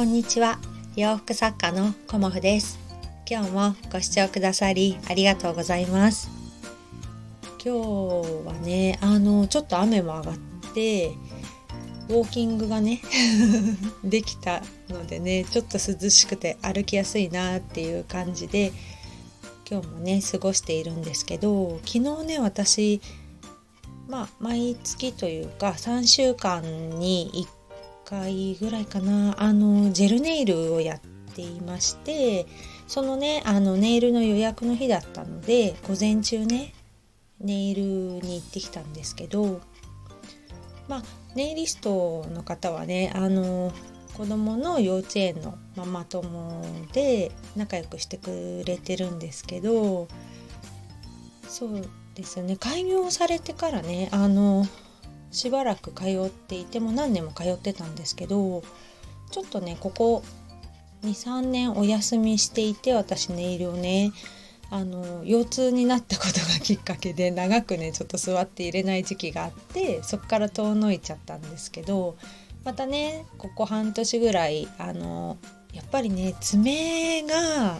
こんにちは。洋服作家のコモフです。今日もご視聴くださりありがとうございます。今日はね、ちょっと雨も上がってウォーキングがねできたのでね、ちょっと涼しくて歩きやすいなっていう感じで今日もね過ごしているんですけど、昨日ね私毎月というか3週間に1回ぐらいかな、ジェルネイルをやっていまして、そのねネイルの予約の日だったので午前中ねネイルに行ってきたんですけど、ネイリストの方はね子供の幼稚園のママ友で仲良くしてくれてるんですけど、そうですね、開業されてからねしばらく通っていて、も何年も通ってたんですけど、ちょっとねここ 2,3 年お休みしていて、私ネイルをね腰痛になったことがきっかけで長くねちょっと座っていれない時期があって、そこから遠のいちゃったんですけど、またねここ半年ぐらいやっぱりね爪が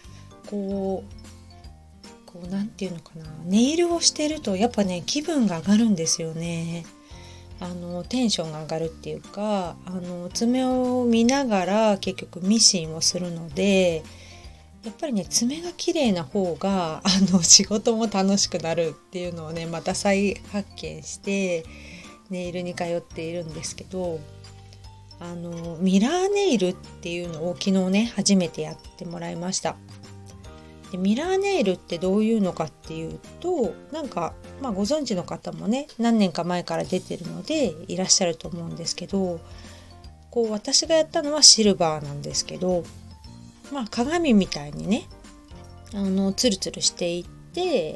なんていうのかな、ネイルをしてるとやっぱね気分が上がるんですよね。テンションが上がるっていうか、爪を見ながら結局ミシンをするので、やっぱりね爪が綺麗な方が仕事も楽しくなるっていうのをねまた再発見してネイルに通っているんですけど、ミラーネイルっていうのを昨日ね初めてやってもらいました。でミラーネイルってどういうのかっていうと、ご存知の方もね何年か前から出てるのでいらっしゃると思うんですけど、私がやったのはシルバーなんですけど、鏡みたいにねツルツルしていって、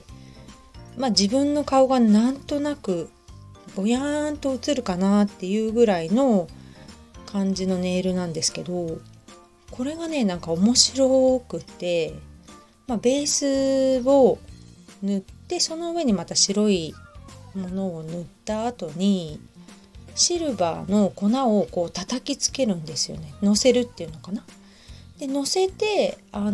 自分の顔がなんとなくぼやーんと映るかなっていうぐらいの感じのネイルなんですけど、これがね面白くて、ベースを塗って、その上にまた白いものを塗った後にシルバーの粉を叩きつけるんですよね。のせるっていうのかな。でのせて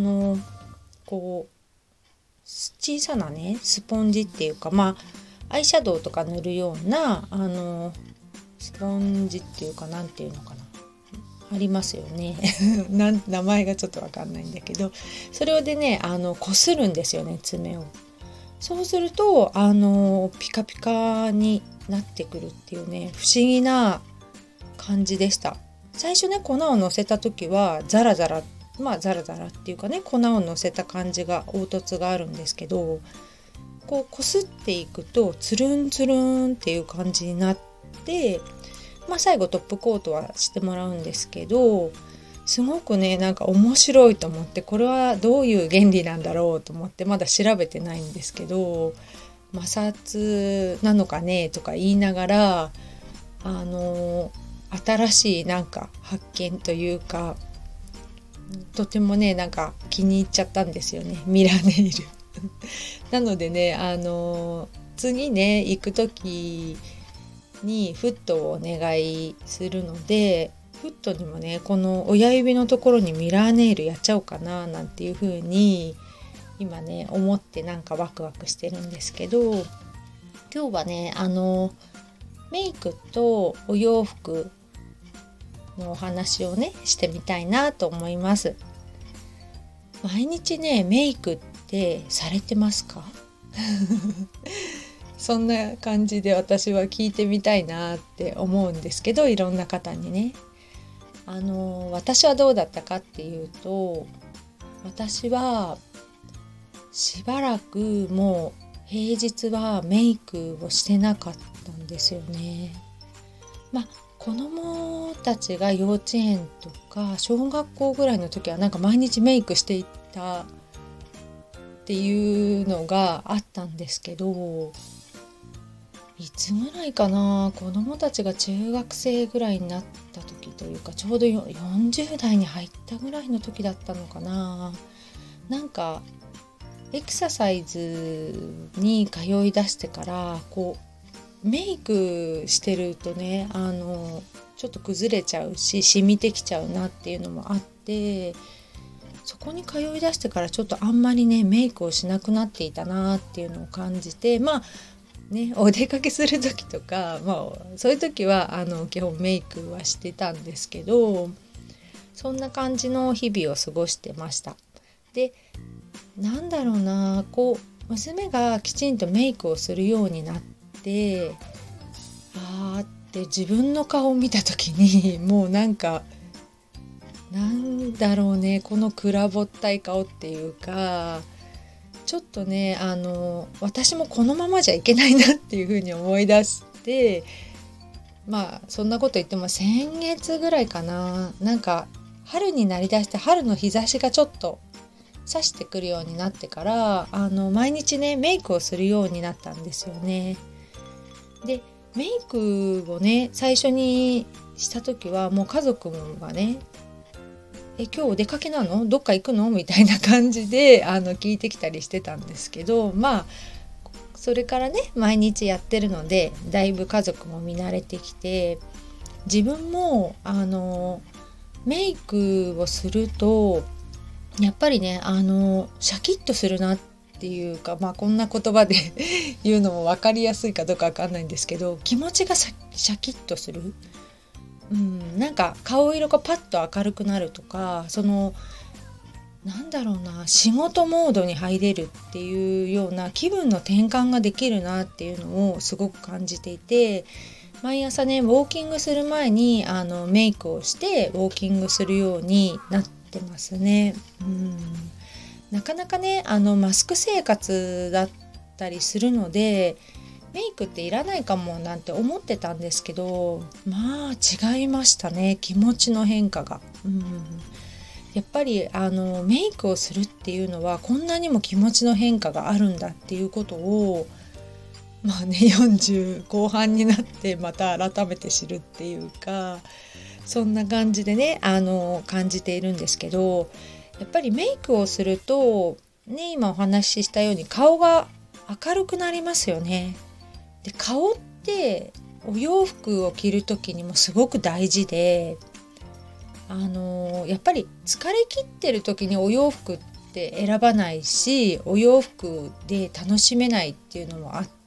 小さなねスポンジっていうか、アイシャドウとか塗るようなスポンジっていうか、なんていうのかな、ありますよね名前がちょっとわかんないんだけど、それをでねこするんですよね、爪を。そうするとピカピカになってくるっていうね、不思議な感じでした。最初ね粉をのせた時はザラザラっていうかね、粉をのせた感じが凹凸があるんですけど、こすっていくとツルンツルンっていう感じになって、最後トップコートはしてもらうんですけど、すごくね面白いと思って、これはどういう原理なんだろうと思ってまだ調べてないんですけど、摩擦なのかねとか言いながら新しい発見というか、とてもね気に入っちゃったんですよね、ミラーネイルなのでね次ね行く時にフットをお願いするので、フットにもねこの親指のところにミラーネイルやっちゃおうかななんていう風に今ね思ってワクワクしてるんですけど、今日はねメイクとお洋服のお話をねしてみたいなと思います。毎日ねメイクってされてますかそんな感じで私は聞いてみたいなって思うんですけど、いろんな方にね私はどうだったかっていうと、私はしばらくもう平日はメイクをしてなかったんですよね。子供たちが幼稚園とか小学校ぐらいの時は毎日メイクしていったっていうのがあったんですけど、いつぐらいかな、子供たちが中学生ぐらいになった時というか、ちょうど40代に入ったぐらいの時だったのかな。エクササイズに通い出してからメイクしてるとねちょっと崩れちゃうし染みてきちゃうなっていうのもあって、そこに通い出してからちょっとあんまりねメイクをしなくなっていたなっていうのを感じて、お出かけする時とか、そういう時は基本メイクはしてたんですけど、そんな感じの日々を過ごしてました。で、なんだろうな、娘がきちんとメイクをするようになって、って自分の顔を見た時にもうなんだろうね、このくらぼったい顔っていうか、ちょっとね私もこのままじゃいけないなっていうふうに思い出して、そんなこと言っても先月ぐらいかな、春になりだして春の日差しがちょっと差してくるようになってから毎日ねメイクをするようになったんですよね。でメイクをね最初にした時はもう家族がね今日お出かけなの？どっか行くの？みたいな感じで聞いてきたりしてたんですけど、それからね毎日やってるのでだいぶ家族も見慣れてきて、自分もメイクをするとやっぱりねシャキッとするなっていうか、こんな言葉で言うのも分かりやすいかどうか分かんないんですけど、気持ちがシャキッとする。顔色がパッと明るくなるとか、仕事モードに入れるっていうような気分の転換ができるなっていうのをすごく感じていて、毎朝ねウォーキングする前にメイクをしてウォーキングするようになってますね。なかなかねマスク生活だったりするのでメイクっていらないかもなんて思ってたんですけど、違いましたね、気持ちの変化が。やっぱりメイクをするっていうのはこんなにも気持ちの変化があるんだっていうことを40後半になってまた改めて知るっていうか、そんな感じでね感じているんですけど、やっぱりメイクをするとね、今お話ししたように顔が明るくなりますよね。で顔ってお洋服を着る時にもすごく大事で、やっぱり疲れ切ってる時にお洋服って選ばないし、お洋服で楽しめないっていうのもあって、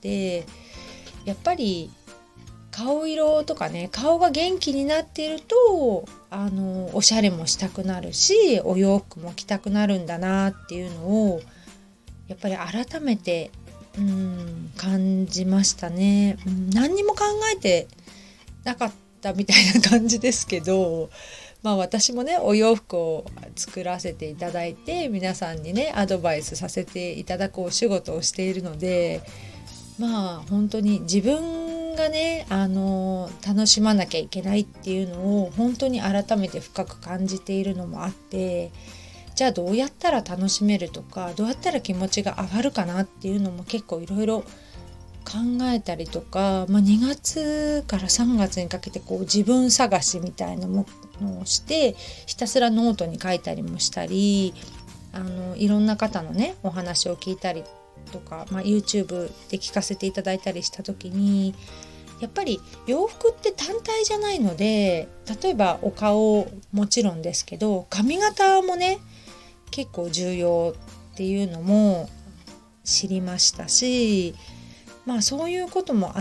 やっぱり顔色とかね、顔が元気になっているとおしゃれもしたくなるし、お洋服も着たくなるんだなっていうのをやっぱり改めて感じましたね。何にも考えてなかったみたいな感じですけど、私もねお洋服を作らせていただいて皆さんにねアドバイスさせていただくお仕事をしているので、本当に自分がね楽しまなきゃいけないっていうのを本当に改めて深く感じているのもあって、じゃあどうやったら楽しめるとか、どうやったら気持ちが上がるかなっていうのも結構いろいろ考えたりとか、2月から3月にかけて自分探しみたいなものをしてひたすらノートに書いたりもしたり、いろんな方のねお話を聞いたりとか、YouTube で聞かせていただいたりした時に、やっぱり洋服って単体じゃないので、例えばお顔もちろんですけど髪型もね結構重要っていうのも知りましたし、そういうこともあって、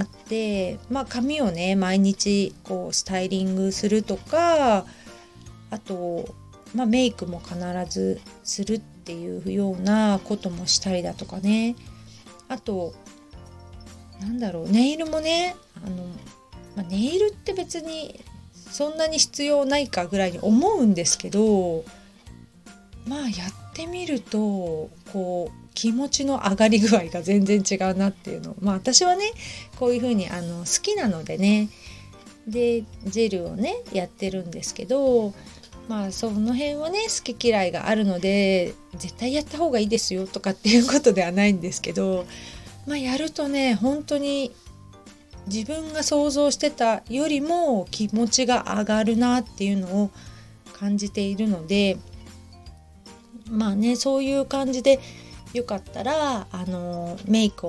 髪をね毎日スタイリングするとか、あと、メイクも必ずするっていうようなこともしたりだとかね、あとネイルもねネイルって別にそんなに必要ないかぐらいに思うんですけど、やってみると気持ちの上がり具合が全然違うなっていうのを、私はねこういう風に好きなのでね、でジェルをねやってるんですけど、その辺はね好き嫌いがあるので絶対やった方がいいですよとかっていうことではないんですけど、やるとね本当に自分が想像してたよりも気持ちが上がるなっていうのを感じているので、そういう感じでよかったらメイクを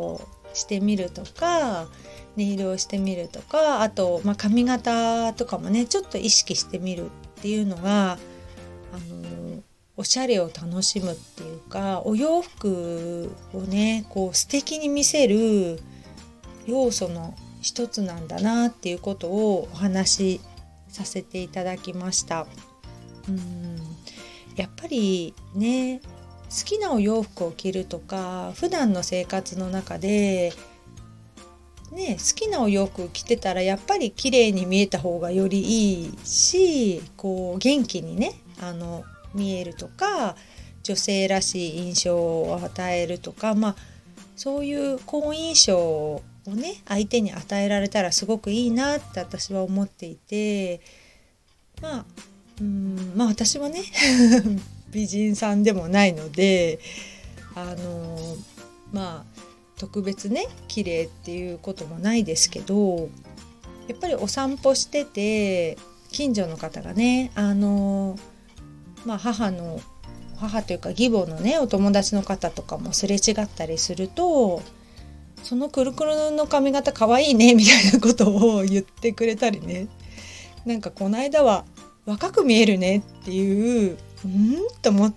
してみるとか、ネイルをしてみるとか、あと、髪型とかもねちょっと意識してみるっていうのがおしゃれを楽しむっていうか、お洋服をねこう素敵に見せる要素の一つなんだなっていうことをお話しさせていただきました。やっぱりね、好きなお洋服を着るとか、普段の生活の中でね、好きなお洋服着てたらやっぱり綺麗に見えた方がよりいいし、こう元気にね見えるとか、女性らしい印象を与えるとか、そういう好印象をね相手に与えられたらすごくいいなって私は思っていて、私はね美人さんでもないので特別ね綺麗っていうこともないですけど、やっぱりお散歩してて近所の方がね母というか義母のねお友達の方とかもすれ違ったりすると、そのくるくるの髪型かわいいねみたいなことを言ってくれたりね、なんかこの間は若く見えるねっていうと思って、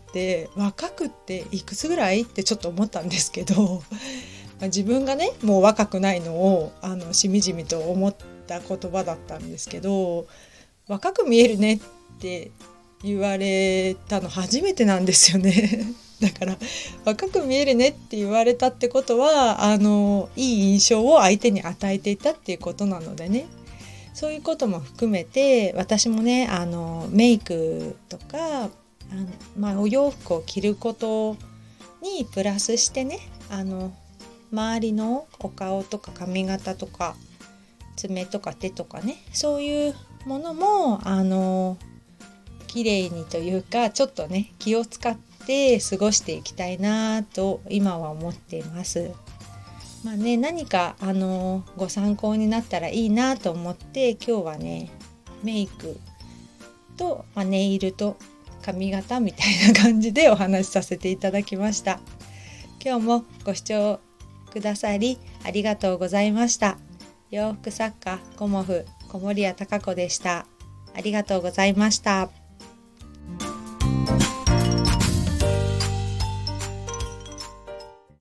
若くっていくつぐらいってちょっと思ったんですけど自分がねもう若くないのをしみじみと思った言葉だったんですけど、若く見えるねって言われたの初めてなんですよねだから若く見えるねって言われたってことはいい印象を相手に与えていたっていうことなのでね、そういうことも含めて私もねメイクとかお洋服を着ることにプラスしてね周りのお顔とか髪型とか爪とか手とかね、そういうものも綺麗にというかちょっとね気を使って過ごしていきたいなと今は思っています。何かご参考になったらいいなと思って今日はねメイクと、ネイルと髪型みたいな感じでお話しさせていただきました。今日もご視聴くださりありがとうございました。洋服作家コモフ小森屋貴子でした。ありがとうございました。